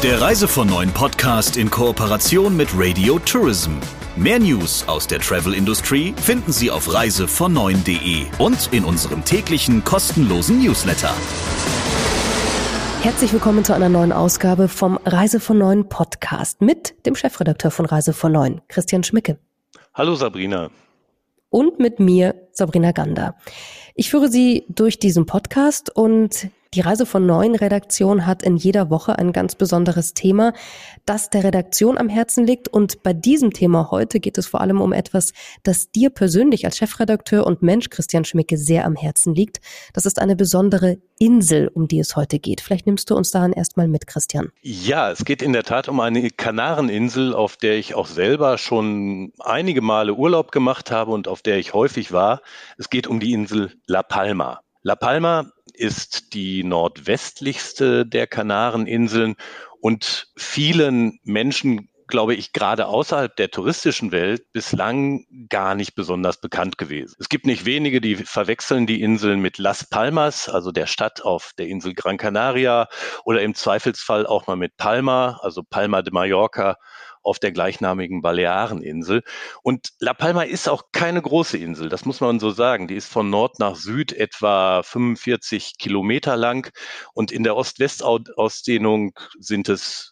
Der Reise von Neuen Podcast in Kooperation mit Radio Tourism. Mehr News aus der Travel-Industrie finden Sie auf reisevonneun.de und in unserem täglichen kostenlosen Newsletter. Herzlich willkommen zu einer neuen Ausgabe vom Reise von Neuen Podcast mit dem Chefredakteur von Reise von Neuen, Christian Schmicke. Hallo Sabrina. Und mit mir, Sabrina Gander. Ich führe Sie durch diesen Podcast und die Reise von Neuen Redaktion hat in jeder Woche ein ganz besonderes Thema, das der Redaktion am Herzen liegt. Und bei diesem Thema heute geht es vor allem um etwas, das dir persönlich als Chefredakteur und Mensch, Christian Schmicke, sehr am Herzen liegt. Das ist eine besondere Insel, um die es heute geht. Vielleicht nimmst du uns daran erstmal mit, Christian. Ja, es geht in der Tat um eine Kanareninsel, auf der ich auch selber schon einige Male Urlaub gemacht habe und auf der ich häufig war. Es geht um die Insel La Palma. La Palma ist die nordwestlichste der Kanareninseln und vielen Menschen, glaube ich, gerade außerhalb der touristischen Welt bislang gar nicht besonders bekannt gewesen. Es gibt nicht wenige, die verwechseln die Inseln mit Las Palmas, also der Stadt auf der Insel Gran Canaria, oder im Zweifelsfall auch mal mit Palma, also Palma de Mallorca, auf der gleichnamigen Baleareninsel. Und La Palma ist auch keine große Insel, das muss man so sagen. Die ist von Nord nach Süd etwa 45 Kilometer lang und in der Ost-West-Ausdehnung sind es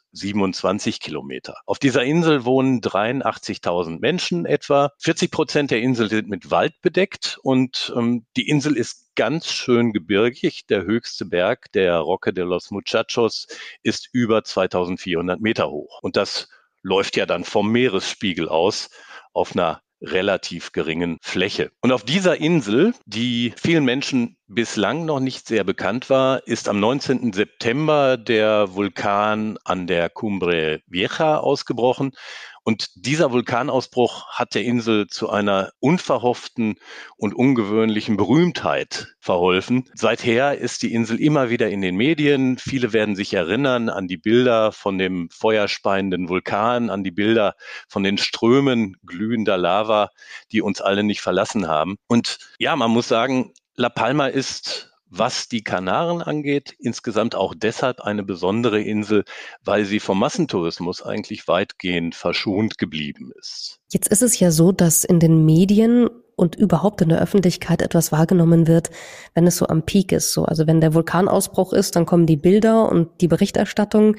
27 Kilometer. Auf dieser Insel wohnen 83.000 Menschen etwa. 40% der Insel sind mit Wald bedeckt und die Insel ist ganz schön gebirgig. Der höchste Berg, der Roque de los Muchachos, ist über 2400 Meter hoch. Und das läuft ja dann vom Meeresspiegel aus auf einer relativ geringen Fläche. Und auf dieser Insel, die vielen Menschen bislang noch nicht sehr bekannt war, ist am 19. September der Vulkan an der Cumbre Vieja ausgebrochen. Und dieser Vulkanausbruch hat der Insel zu einer unverhofften und ungewöhnlichen Berühmtheit verholfen. Seither ist die Insel immer wieder in den Medien. Viele werden sich erinnern an die Bilder von dem feuerspeienden Vulkan, an die Bilder von den Strömen glühender Lava, die uns alle nicht verlassen haben. Und ja, man muss sagen, La Palma ist, was die Kanaren angeht, insgesamt auch deshalb eine besondere Insel, weil sie vom Massentourismus eigentlich weitgehend verschont geblieben ist. Jetzt ist es ja so, dass in den Medien und überhaupt in der Öffentlichkeit etwas wahrgenommen wird, wenn es so am Peak ist. So, also wenn der Vulkanausbruch ist, dann kommen die Bilder und die Berichterstattung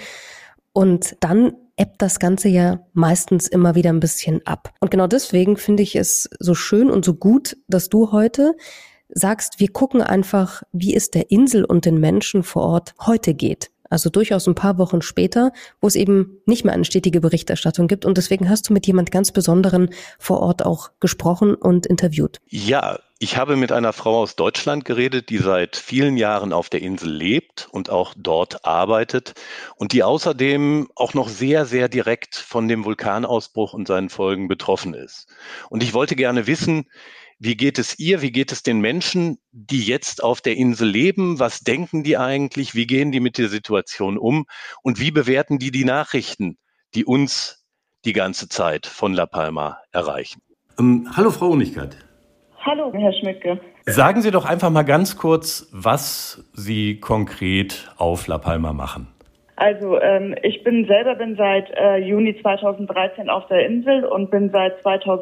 und dann ebbt das Ganze ja meistens immer wieder ein bisschen ab. Und genau deswegen finde ich es so schön und so gut, dass du heute sagst, wir gucken einfach, wie es der Insel und den Menschen vor Ort heute geht. Also durchaus ein paar Wochen später, wo es eben nicht mehr eine stetige Berichterstattung gibt. Und deswegen hast du mit jemand ganz Besonderen vor Ort auch gesprochen und interviewt. Ja, ich habe mit einer Frau aus Deutschland geredet, die seit vielen Jahren auf der Insel lebt und auch dort arbeitet und die außerdem auch noch sehr, sehr direkt von dem Vulkanausbruch und seinen Folgen betroffen ist. Und ich wollte gerne wissen, wie geht es ihr? Wie geht es den Menschen, die jetzt auf der Insel leben? Was denken die eigentlich? Wie gehen die mit der Situation um? Und wie bewerten die die Nachrichten, die uns die ganze Zeit von La Palma erreichen? Hallo Frau Honigkeit. Hallo Herr Schmicke. Sagen Sie doch einfach mal ganz kurz, was Sie konkret auf La Palma machen. Also ich bin seit Juni 2013 auf der Insel und bin seit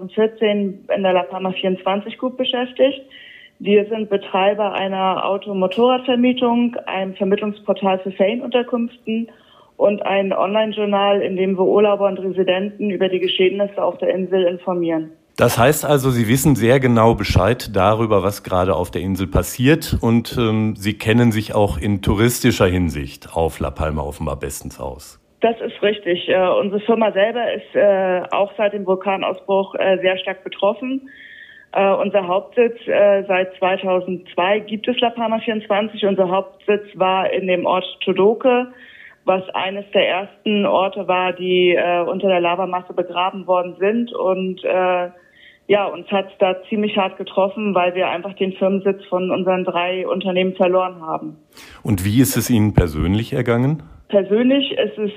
2014 in der La Palma 24 Group beschäftigt. Wir sind Betreiber einer Auto-Motorradvermietung, einem Vermittlungsportal für Ferienunterkünften und ein Online-Journal, in dem wir Urlauber und Residenten über die Geschehnisse auf der Insel informieren. Das heißt also, Sie wissen sehr genau Bescheid darüber, was gerade auf der Insel passiert und Sie kennen sich auch in touristischer Hinsicht auf La Palma offenbar bestens aus. Das ist richtig. Unsere Firma selber ist auch seit dem Vulkanausbruch sehr stark betroffen. Unser Hauptsitz seit 2002 gibt es La Palma 24. Unser Hauptsitz war in dem Ort Todoque, was eines der ersten Orte war, die unter der Lavamasse begraben worden sind. Und uns hat es da ziemlich hart getroffen, weil wir einfach den Firmensitz von unseren 3 Unternehmen verloren haben. Und wie ist es Ihnen persönlich ergangen? Persönlich ist es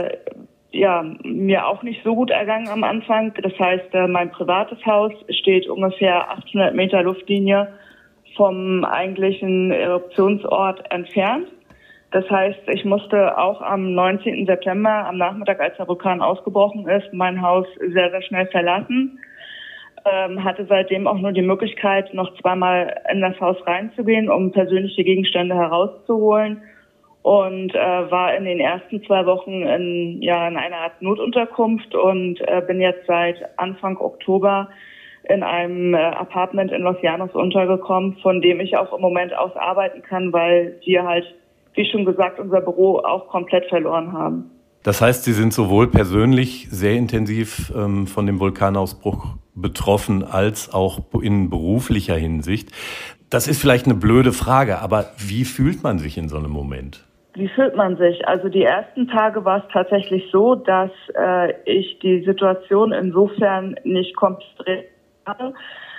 mir auch nicht so gut ergangen am Anfang. Das heißt, mein privates Haus steht ungefähr 800 Meter Luftlinie vom eigentlichen Eruptionsort entfernt. Das heißt, ich musste auch am 19. September, am Nachmittag, als der Vulkan ausgebrochen ist, mein Haus sehr, sehr schnell verlassen. Hatte seitdem auch nur die Möglichkeit, noch zweimal in das Haus reinzugehen, um persönliche Gegenstände herauszuholen. Und war in den ersten 2 Wochen in einer Art Notunterkunft und bin jetzt seit Anfang Oktober in einem Apartment in Los Llanos untergekommen, von dem ich auch im Moment aus arbeiten kann, weil wir halt, wie schon gesagt, unser Büro auch komplett verloren haben. Das heißt, Sie sind sowohl persönlich sehr intensiv von dem Vulkanausbruch betroffen, als auch in beruflicher Hinsicht. Das ist vielleicht eine blöde Frage, aber wie fühlt man sich in so einem Moment? Wie fühlt man sich? Also die ersten Tage war es tatsächlich so, dass ich die Situation insofern nicht komplett hatte.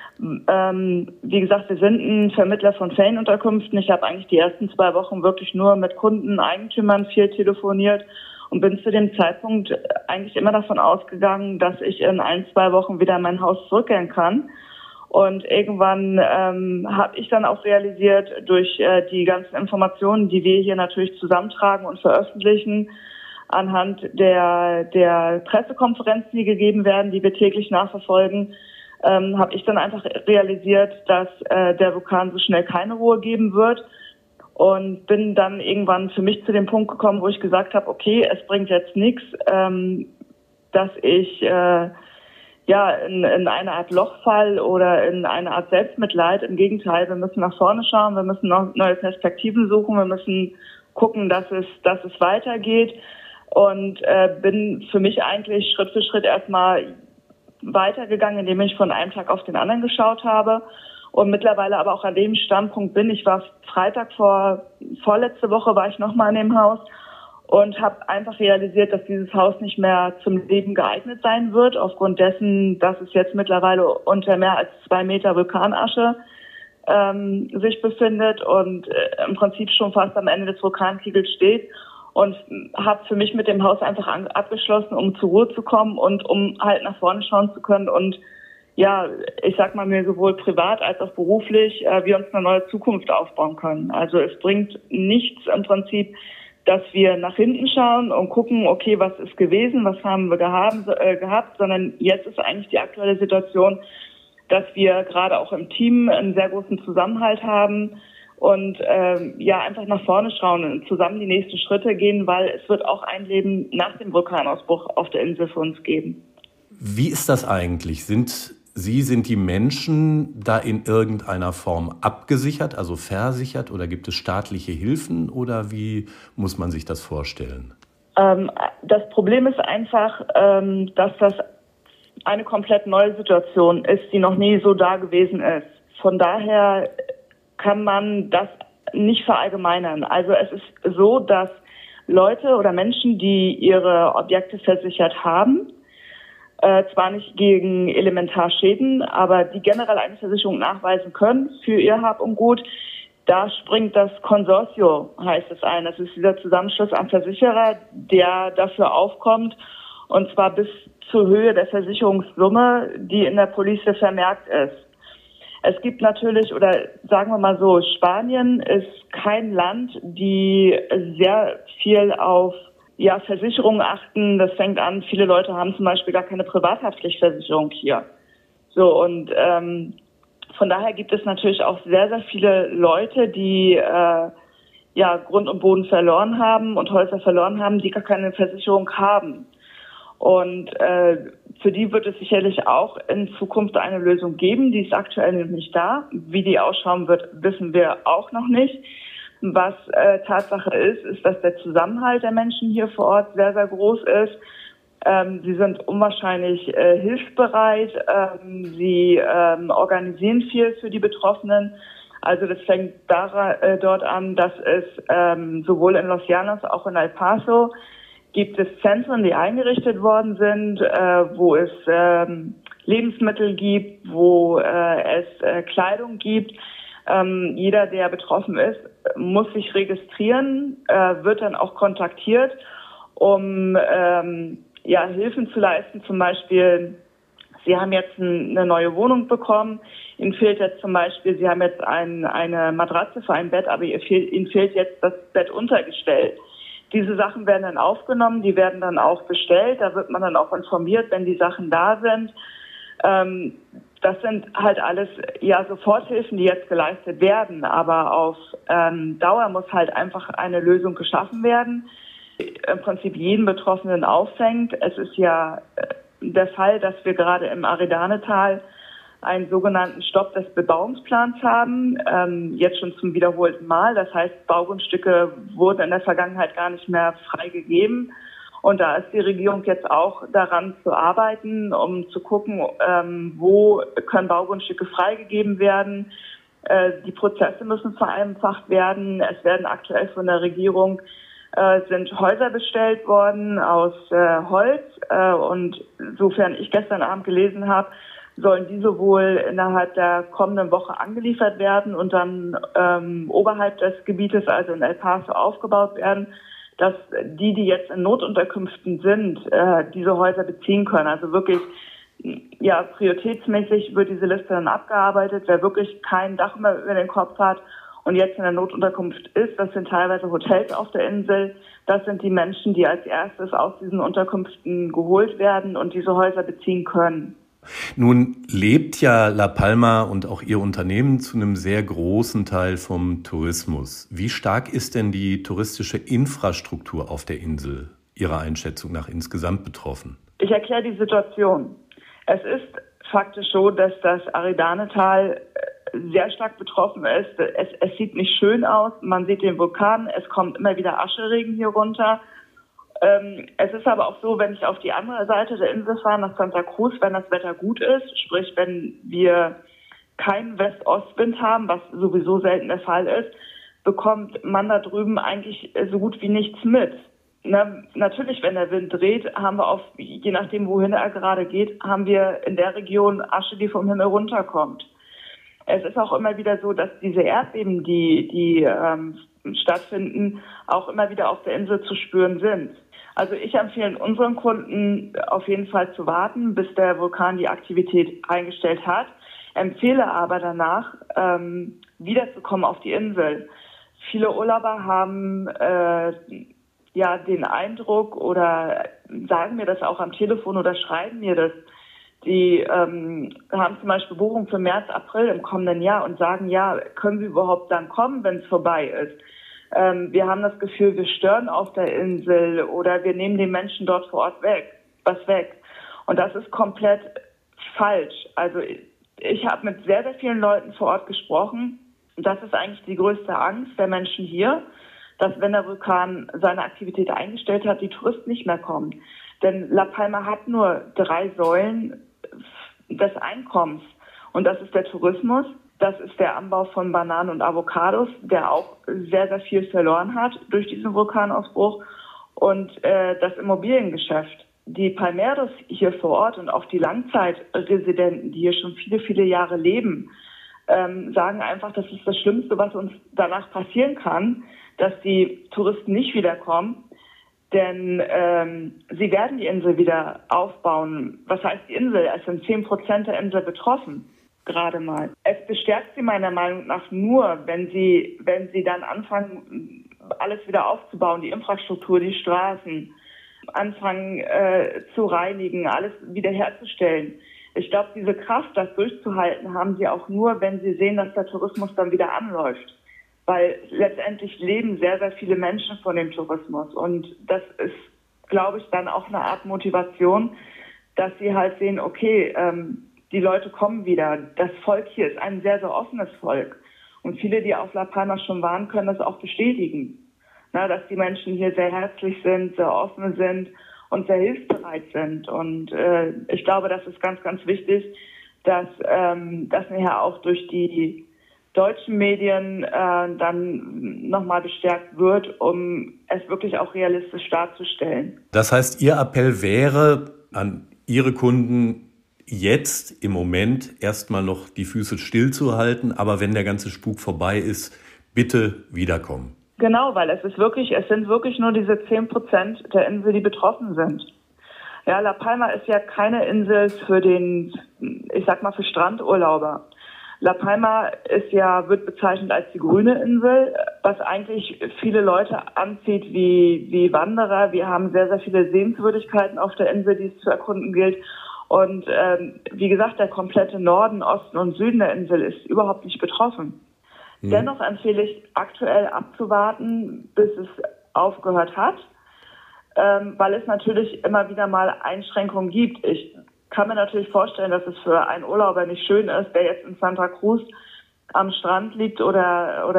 Wie gesagt, wir sind ein Vermittler von Ferienunterkünften. Ich habe eigentlich die ersten 2 Wochen wirklich nur mit Kunden, Eigentümern viel telefoniert und bin zu dem Zeitpunkt eigentlich immer davon ausgegangen, dass ich in 1-2 Wochen wieder in mein Haus zurückkehren kann. Und irgendwann habe ich dann auch realisiert, durch die ganzen Informationen, die wir hier natürlich zusammentragen und veröffentlichen, anhand der Pressekonferenzen, die gegeben werden, die wir täglich nachverfolgen, habe ich dann einfach realisiert, dass der Vulkan so schnell keine Ruhe geben wird. Und bin dann irgendwann für mich zu dem Punkt gekommen, wo ich gesagt habe, okay, es bringt jetzt nichts, dass ich in eine Art Loch fall oder in eine Art Selbstmitleid. Im Gegenteil, wir müssen nach vorne schauen, wir müssen noch neue Perspektiven suchen, wir müssen gucken, dass es weitergeht. Und bin für mich eigentlich Schritt für Schritt erstmal weitergegangen, indem ich von einem Tag auf den anderen geschaut habe. Und mittlerweile aber auch an dem Standpunkt bin. Ich war Freitag vorletzte Woche war ich nochmal in dem Haus und habe einfach realisiert, dass dieses Haus nicht mehr zum Leben geeignet sein wird, aufgrund dessen, dass es jetzt mittlerweile unter mehr als 2 Meter Vulkanasche sich befindet und im Prinzip schon fast am Ende des Vulkankegels steht. Und habe für mich mit dem Haus einfach abgeschlossen, um zur Ruhe zu kommen und um halt nach vorne schauen zu können und ich sag mal mir sowohl privat als auch beruflich, wir uns eine neue Zukunft aufbauen können. Also es bringt nichts im Prinzip, dass wir nach hinten schauen und gucken, okay, was ist gewesen, was haben wir gehabt, sondern jetzt ist eigentlich die aktuelle Situation, dass wir gerade auch im Team einen sehr großen Zusammenhalt haben und einfach nach vorne schauen und zusammen die nächsten Schritte gehen, weil es wird auch ein Leben nach dem Vulkanausbruch auf der Insel für uns geben. Wie ist das eigentlich? Sind die Menschen da in irgendeiner Form abgesichert, also versichert, oder gibt es staatliche Hilfen oder wie muss man sich das vorstellen? Das Problem ist einfach, dass das eine komplett neue Situation ist, die noch nie so da gewesen ist. Von daher kann man das nicht verallgemeinern. Also es ist so, dass Leute oder Menschen, die ihre Objekte versichert haben, zwar nicht gegen Elementarschäden, aber die generell eine Versicherung nachweisen können für ihr Hab und Gut. Da springt das Consortio, heißt es ein. Das ist dieser Zusammenschluss an Versicherer, der dafür aufkommt, und zwar bis zur Höhe der Versicherungssumme, die in der Police vermerkt ist. Es gibt natürlich, oder sagen wir mal so, Spanien ist kein Land, die sehr viel auf Versicherungen achten. Das fängt an, viele Leute haben zum Beispiel gar keine Privathaftpflichtversicherung hier. So, und von daher gibt es natürlich auch sehr, sehr viele Leute, die Grund und Boden verloren haben und Häuser verloren haben, die gar keine Versicherung haben. Und für die wird es sicherlich auch in Zukunft eine Lösung geben. Die ist aktuell noch nicht da. Wie die ausschauen wird, wissen wir auch noch nicht. Was Tatsache ist, dass der Zusammenhalt der Menschen hier vor Ort sehr, sehr groß ist. Sie sind unwahrscheinlich hilfsbereit. Sie organisieren viel für die Betroffenen. Also das fängt dort an, dass es sowohl in Los Llanos als auch in El Paso gibt es Zentren, die eingerichtet worden sind, wo es Lebensmittel gibt, wo es Kleidung gibt. Jeder, der betroffen ist, muss sich registrieren, wird dann auch kontaktiert, um Hilfen zu leisten. Zum Beispiel, Sie haben jetzt eine neue Wohnung bekommen. Ihnen fehlt jetzt zum Beispiel, Sie haben jetzt eine Matratze für ein Bett, aber Ihnen fehlt jetzt das Bett untergestellt. Diese Sachen werden dann aufgenommen, die werden dann auch bestellt. Da wird man dann auch informiert, wenn die Sachen da sind. Das sind halt alles Soforthilfen, die jetzt geleistet werden. Aber auf Dauer muss halt einfach eine Lösung geschaffen werden, im Prinzip jeden Betroffenen auffängt. Es ist ja der Fall, dass wir gerade im Aridanetal einen sogenannten Stopp des Bebauungsplans haben, jetzt schon zum wiederholten Mal. Das heißt, Baugrundstücke wurden in der Vergangenheit gar nicht mehr freigegeben. Und da ist die Regierung jetzt auch daran zu arbeiten, um zu gucken, wo können Baugrundstücke freigegeben werden. Die Prozesse müssen vereinfacht werden. Es werden aktuell von der Regierung sind Häuser bestellt worden aus Holz. Und sofern ich gestern Abend gelesen habe, sollen diese wohl innerhalb der kommenden Woche angeliefert werden und dann oberhalb des Gebietes, also in El Paso, aufgebaut werden, dass die jetzt in Notunterkünften sind, diese Häuser beziehen können. Also wirklich, prioritätsmäßig wird diese Liste dann abgearbeitet. Wer wirklich kein Dach mehr über den Kopf hat und jetzt in der Notunterkunft ist, das sind teilweise Hotels auf der Insel. Das sind die Menschen, die als erstes aus diesen Unterkünften geholt werden und diese Häuser beziehen können. Nun lebt ja La Palma und auch Ihr Unternehmen zu einem sehr großen Teil vom Tourismus. Wie stark ist denn die touristische Infrastruktur auf der Insel Ihrer Einschätzung nach insgesamt betroffen? Ich erkläre die Situation. Es ist faktisch so, dass das Aridanetal sehr stark betroffen ist. Es sieht nicht schön aus. Man sieht den Vulkan. Es kommt immer wieder Ascheregen hier runter. Es ist aber auch so, wenn ich auf die andere Seite der Insel fahre, nach Santa Cruz, wenn das Wetter gut ist, sprich wenn wir keinen West-Ost-Wind haben, was sowieso selten der Fall ist, bekommt man da drüben eigentlich so gut wie nichts mit. Natürlich, wenn der Wind dreht, haben wir je nachdem, wohin er gerade geht, haben wir in der Region Asche, die vom Himmel runterkommt. Es ist auch immer wieder so, dass diese Erdbeben, die stattfinden, auch immer wieder auf der Insel zu spüren sind. Also ich empfehle unseren Kunden auf jeden Fall zu warten, bis der Vulkan die Aktivität eingestellt hat. Empfehle aber danach, wiederzukommen auf die Insel. Viele Urlauber haben den Eindruck oder sagen mir das auch am Telefon oder schreiben mir das. Die haben zum Beispiel Buchungen für März, April im kommenden Jahr und sagen, können Sie überhaupt dann kommen, wenn es vorbei ist? Wir haben das Gefühl, wir stören auf der Insel oder wir nehmen den Menschen dort vor Ort was weg. Und das ist komplett falsch. Also ich habe mit sehr, sehr vielen Leuten vor Ort gesprochen. Das ist eigentlich die größte Angst der Menschen hier, dass wenn der Vulkan seine Aktivität eingestellt hat, die Touristen nicht mehr kommen. Denn La Palma hat nur 3 Säulen des Einkommens. Und das ist der Tourismus, das ist der Anbau von Bananen und Avocados, der auch sehr, sehr viel verloren hat durch diesen Vulkanausbruch, und das Immobiliengeschäft. Die Palmeros hier vor Ort und auch die Langzeitresidenten, die hier schon viele, viele Jahre leben, sagen einfach, das ist das Schlimmste, was uns danach passieren kann, dass die Touristen nicht wiederkommen. Denn sie werden die Insel wieder aufbauen. Was heißt die Insel? Es sind 10% der Insel betroffen, gerade mal. Es bestärkt sie meiner Meinung nach nur, wenn sie dann anfangen, alles wieder aufzubauen, die Infrastruktur, die Straßen, anfangen zu reinigen, alles wiederherzustellen. Ich glaube, diese Kraft, das durchzuhalten, haben sie auch nur, wenn sie sehen, dass der Tourismus dann wieder anläuft. Weil letztendlich leben sehr, sehr viele Menschen von dem Tourismus. Und das ist, glaube ich, dann auch eine Art Motivation, dass sie halt sehen, okay, die Leute kommen wieder. Das Volk hier ist ein sehr, sehr offenes Volk. Und viele, die auf La Palma schon waren, können das auch bestätigen. Dass die Menschen hier sehr herzlich sind, sehr offen sind und sehr hilfsbereit sind. Und ich glaube, das ist ganz, ganz wichtig, dass das nachher auch durch die deutschen Medien dann nochmal bestärkt wird, um es wirklich auch realistisch darzustellen. Das heißt, Ihr Appell wäre an Ihre Kunden, jetzt im Moment erstmal noch die Füße stillzuhalten, aber wenn der ganze Spuk vorbei ist, bitte wiederkommen. Genau, weil es sind wirklich nur diese 10% der Insel, die betroffen sind. Ja, La Palma ist ja keine Insel für für Strandurlauber. La Palma wird bezeichnet als die grüne Insel, was eigentlich viele Leute anzieht wie Wanderer. Wir haben sehr, sehr viele Sehenswürdigkeiten auf der Insel, die es zu erkunden gilt. Und wie gesagt, der komplette Norden, Osten und Süden der Insel ist überhaupt nicht betroffen. Dennoch empfehle ich aktuell abzuwarten, bis es aufgehört hat, weil es natürlich immer wieder mal Einschränkungen gibt. Ich kann mir natürlich vorstellen, dass es für einen Urlauber nicht schön ist, der jetzt in Santa Cruz am Strand liegt oder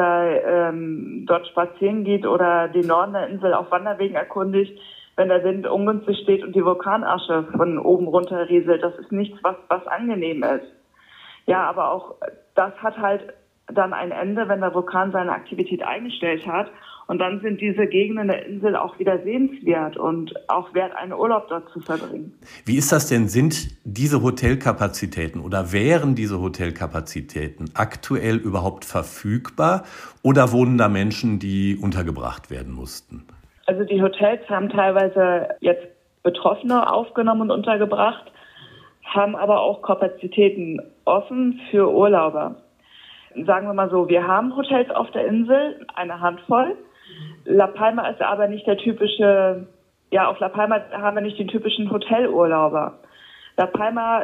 dort spazieren geht oder den Norden der Insel auf Wanderwegen erkundigt, wenn der Wind ungünstig steht und die Vulkanasche von oben runter rieselt. Das ist nichts, was angenehm ist. Ja, aber auch das hat halt dann ein Ende, wenn der Vulkan seine Aktivität eingestellt hat. Und dann sind diese Gegenden der Insel auch wieder sehenswert und auch wert, einen Urlaub dort zu verbringen. Wie ist das denn? Sind diese Hotelkapazitäten oder wären diese Hotelkapazitäten aktuell überhaupt verfügbar oder wohnen da Menschen, die untergebracht werden mussten? Also die Hotels haben teilweise jetzt Betroffene aufgenommen und untergebracht, haben aber auch Kapazitäten offen für Urlauber. Sagen wir mal so, wir haben Hotels auf der Insel, eine Handvoll. La Palma ist aber nicht der typische, auf La Palma haben wir nicht den typischen Hotelurlauber. La Palma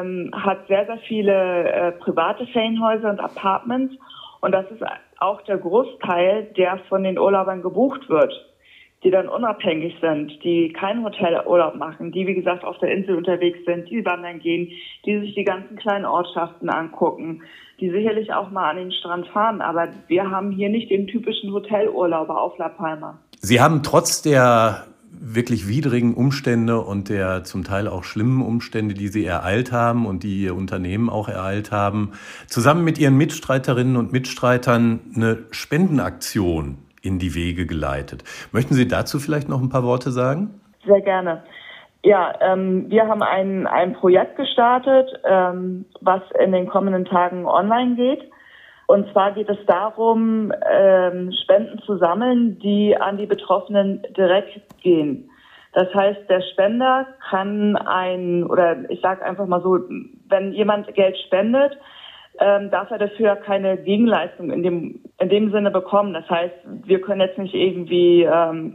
hat sehr, sehr viele private Ferienhäuser und Apartments und das ist auch der Großteil, der von den Urlaubern gebucht wird, die dann unabhängig sind, die keinen Hotelurlaub machen, die, wie gesagt, auf der Insel unterwegs sind, die wandern gehen, die sich die ganzen kleinen Ortschaften angucken, die sicherlich auch mal an den Strand fahren. Aber wir haben hier nicht den typischen Hotelurlauber auf La Palma. Sie haben trotz der wirklich widrigen Umstände und der zum Teil auch schlimmen Umstände, die Sie ereilt haben und die Ihr Unternehmen auch ereilt haben, zusammen mit Ihren Mitstreiterinnen und Mitstreitern eine Spendenaktion in die Wege geleitet. Möchten Sie dazu vielleicht noch ein paar Worte sagen? Sehr gerne. Ja, wir haben ein Projekt gestartet, was in den kommenden Tagen online geht. Und zwar geht es darum, Spenden zu sammeln, die an die Betroffenen direkt gehen. Das heißt, der Spender kann ich sage einfach mal so, wenn jemand Geld spendet, darf er dafür keine Gegenleistung in dem Sinne bekommen. Das heißt, wir können jetzt nicht irgendwie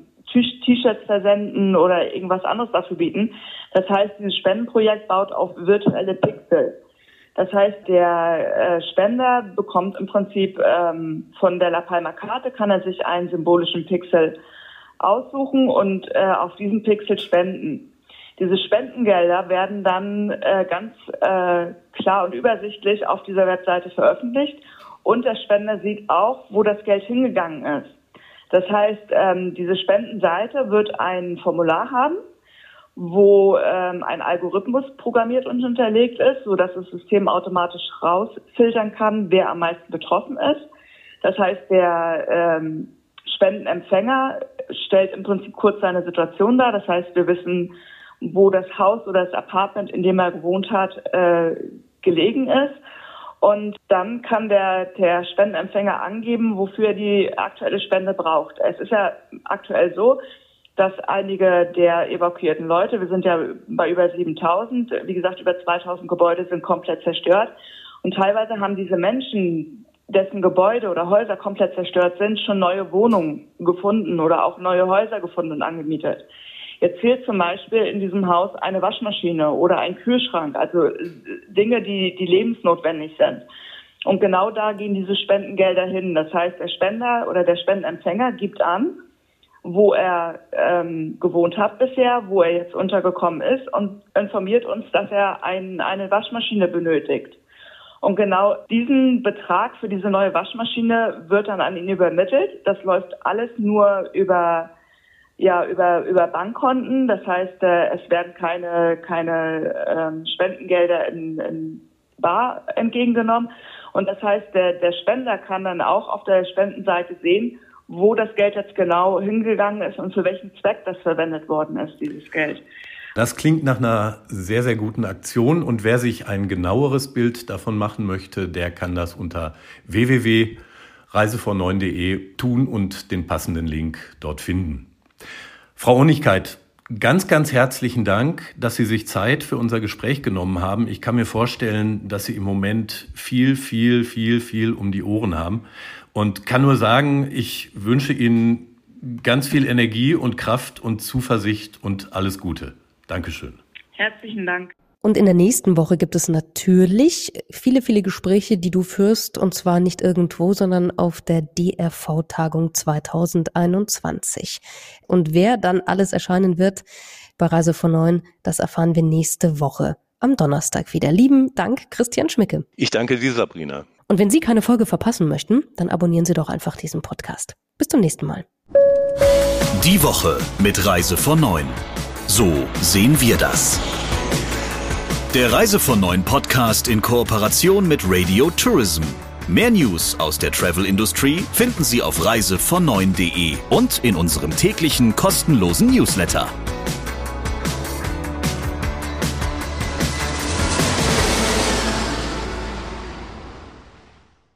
T-Shirts versenden oder irgendwas anderes dafür bieten. Das heißt, dieses Spendenprojekt baut auf virtuelle Pixel. Das heißt, der Spender bekommt im Prinzip von der La Palma Karte, kann er sich einen symbolischen Pixel aussuchen und auf diesen Pixel spenden. Diese Spendengelder werden dann ganz klar und übersichtlich auf dieser Webseite veröffentlicht und der Spender sieht auch, wo das Geld hingegangen ist. Das heißt, diese Spendenseite wird ein Formular haben, wo ein Algorithmus programmiert und hinterlegt ist, sodass das System automatisch rausfiltern kann, wer am meisten betroffen ist. Das heißt, der Spendenempfänger stellt im Prinzip kurz seine Situation dar. Das heißt, wir wissen, wo das Haus oder das Apartment, in dem er gewohnt hat, gelegen ist. Und dann kann der Spendenempfänger angeben, wofür er die aktuelle Spende braucht. Es ist ja aktuell so, dass einige der evakuierten Leute, wir sind ja bei über 7.000, wie gesagt, über 2.000 Gebäude sind komplett zerstört. Und teilweise haben diese Menschen, dessen Gebäude oder Häuser komplett zerstört sind, schon neue Wohnungen gefunden oder auch neue Häuser gefunden und angemietet. Jetzt fehlt zum Beispiel in diesem Haus eine Waschmaschine oder ein Kühlschrank, also Dinge, die lebensnotwendig sind. Und genau da gehen diese Spendengelder hin. Das heißt, der Spender oder der Spendenempfänger gibt an, wo er gewohnt hat bisher, wo er jetzt untergekommen ist und informiert uns, dass er eine Waschmaschine benötigt. Und genau diesen Betrag für diese neue Waschmaschine wird dann an ihn übermittelt. Das läuft alles nur über Bankkonten. Das heißt, es werden keine Spendengelder in bar entgegengenommen. Und das heißt, der Spender kann dann auch auf der Spendenseite sehen, wo das Geld jetzt genau hingegangen ist und für welchen Zweck das verwendet worden ist, dieses Geld. Das klingt nach einer sehr, sehr guten Aktion. Und wer sich ein genaueres Bild davon machen möchte, der kann das unter www.reisevor9.de tun und den passenden Link dort finden. Frau Honigkeit, Ganz, ganz herzlichen Dank, dass Sie sich Zeit für unser Gespräch genommen haben. Ich kann mir vorstellen, dass Sie im Moment viel um die Ohren haben und kann nur sagen, ich wünsche Ihnen ganz viel Energie und Kraft und Zuversicht und alles Gute. Dankeschön. Herzlichen Dank. Und in der nächsten Woche gibt es natürlich viele Gespräche, die du führst, und zwar nicht irgendwo, sondern auf der DRV-Tagung 2021. Und wer dann alles erscheinen wird bei Reise von 9, das erfahren wir nächste Woche am Donnerstag wieder. Lieben Dank, Christian Schmicke. Ich danke dir, Sabrina. Und wenn Sie keine Folge verpassen möchten, dann abonnieren Sie doch einfach diesen Podcast. Bis zum nächsten Mal. Die Woche mit Reise von 9. So sehen wir das. Der Reise von 9 Podcast in Kooperation mit Radio Tourism. Mehr News aus der Travel-Industrie finden Sie auf reisevon9.de und in unserem täglichen kostenlosen Newsletter.